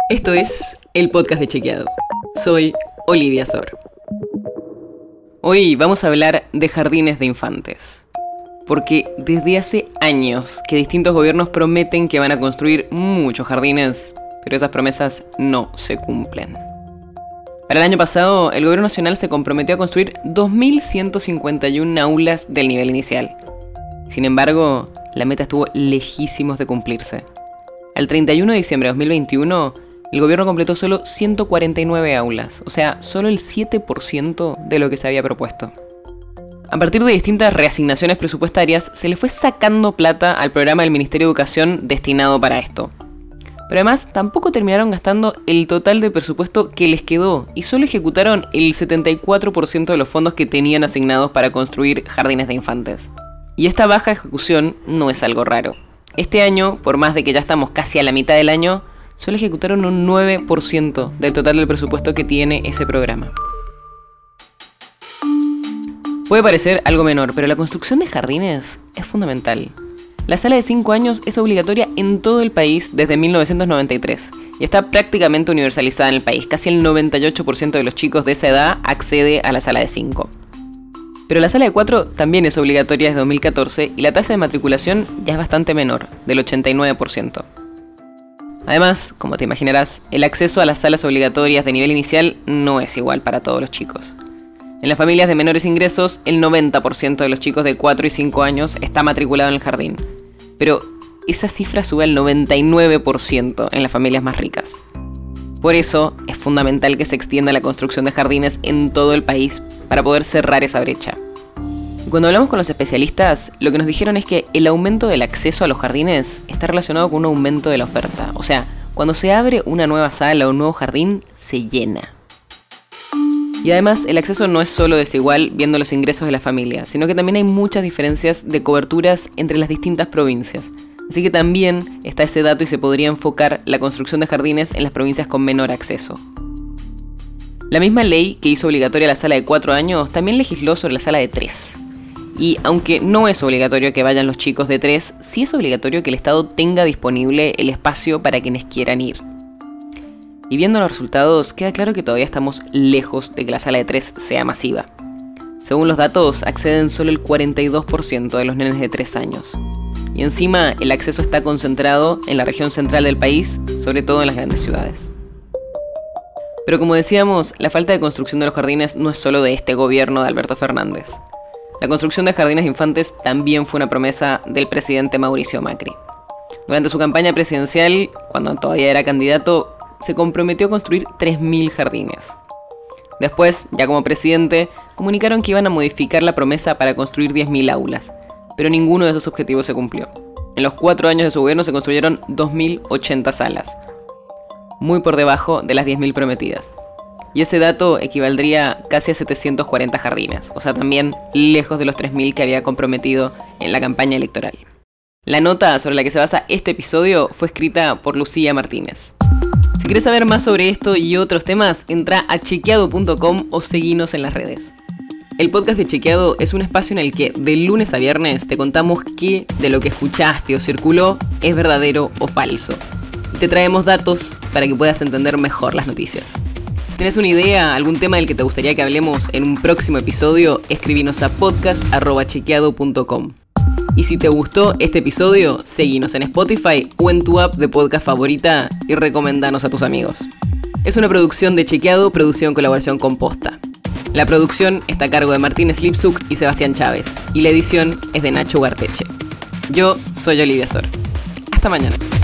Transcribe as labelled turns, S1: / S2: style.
S1: Esto es el podcast de Chequeado. Soy Olivia Sor. Hoy vamos a hablar de jardines de infantes. Porque desde hace años que distintos gobiernos prometen que van a construir muchos jardines, pero esas promesas no se cumplen. Para el año pasado, el gobierno nacional se comprometió a construir 2.151 aulas del nivel inicial. Sin embargo, la meta estuvo lejísimos de cumplirse. Al 31 de diciembre de 2021, el gobierno completó solo 149 aulas, o sea, solo el 7% de lo que se había propuesto. A partir de distintas reasignaciones presupuestarias, se le fue sacando plata al programa del Ministerio de Educación destinado para esto. Pero además, tampoco terminaron gastando el total de presupuesto que les quedó y solo ejecutaron el 74% de los fondos que tenían asignados para construir jardines de infantes. Y esta baja ejecución no es algo raro. Este año, por más de que ya estamos casi a la mitad del año, solo ejecutaron un 9% del total del presupuesto que tiene ese programa. Puede parecer algo menor, pero la construcción de jardines es fundamental. La sala de 5 años es obligatoria en todo el país desde 1993 y está prácticamente universalizada en el país. Casi el 98% de los chicos de esa edad accede a la sala de 5. Pero la sala de 4 también es obligatoria desde 2014 y la tasa de matriculación ya es bastante menor, del 89%. Además, como te imaginarás, el acceso a las salas obligatorias de nivel inicial no es igual para todos los chicos. En las familias de menores ingresos, el 90% de los chicos de 4 y 5 años está matriculado en el jardín. Pero esa cifra sube al 99% en las familias más ricas. Por eso, es fundamental que se extienda la construcción de jardines en todo el país para poder cerrar esa brecha. Y cuando hablamos con los especialistas, lo que nos dijeron es que el aumento del acceso a los jardines está relacionado con un aumento de la oferta. O sea, cuando se abre una nueva sala o un nuevo jardín, se llena. Y además, el acceso no es solo desigual viendo los ingresos de la familia, sino que también hay muchas diferencias de coberturas entre las distintas provincias. Así que también está ese dato y se podría enfocar la construcción de jardines en las provincias con menor acceso. La misma ley que hizo obligatoria la sala de 4 años también legisló sobre la sala de 3. Y aunque no es obligatorio que vayan los chicos de 3, sí es obligatorio que el Estado tenga disponible el espacio para quienes quieran ir. Y viendo los resultados, queda claro que todavía estamos lejos de que la sala de 3 sea masiva. Según los datos, acceden solo el 42% de los nenes de 3 años. Y encima, el acceso está concentrado en la región central del país, sobre todo en las grandes ciudades. Pero como decíamos, la falta de construcción de los jardines no es solo de este gobierno de Alberto Fernández. La construcción de jardines de infantes también fue una promesa del presidente Mauricio Macri. Durante su campaña presidencial, cuando todavía era candidato, se comprometió a construir 3.000 jardines. Después, ya como presidente, comunicaron que iban a modificar la promesa para construir 10.000 aulas, pero ninguno de esos objetivos se cumplió. En los 4 años de su gobierno se construyeron 2.080 salas, muy por debajo de las 10.000 prometidas. Y ese dato equivaldría casi a 740 jardines, o sea, también lejos de los 3.000 que había comprometido en la campaña electoral. La nota sobre la que se basa este episodio fue escrita por Lucía Martínez. Si quieres saber más sobre esto y otros temas, entra a chequeado.com o seguinos en las redes. El podcast de Chequeado es un espacio en el que de lunes a viernes te contamos qué de lo que escuchaste o circuló es verdadero o falso. Y te traemos datos para que puedas entender mejor las noticias. Si tienes una idea, algún tema del que te gustaría que hablemos en un próximo episodio, escribinos a podcast@chequeado.com. Y si te gustó este episodio, seguinos en Spotify o en tu app de podcast favorita y recomendanos a tus amigos. Es una producción de Chequeado, producción en colaboración con Posta. La producción está a cargo de Martín Slipsuk y Sebastián Chávez, y la edición es de Nacho Guarteche. Yo soy Olivia Sor. Hasta mañana.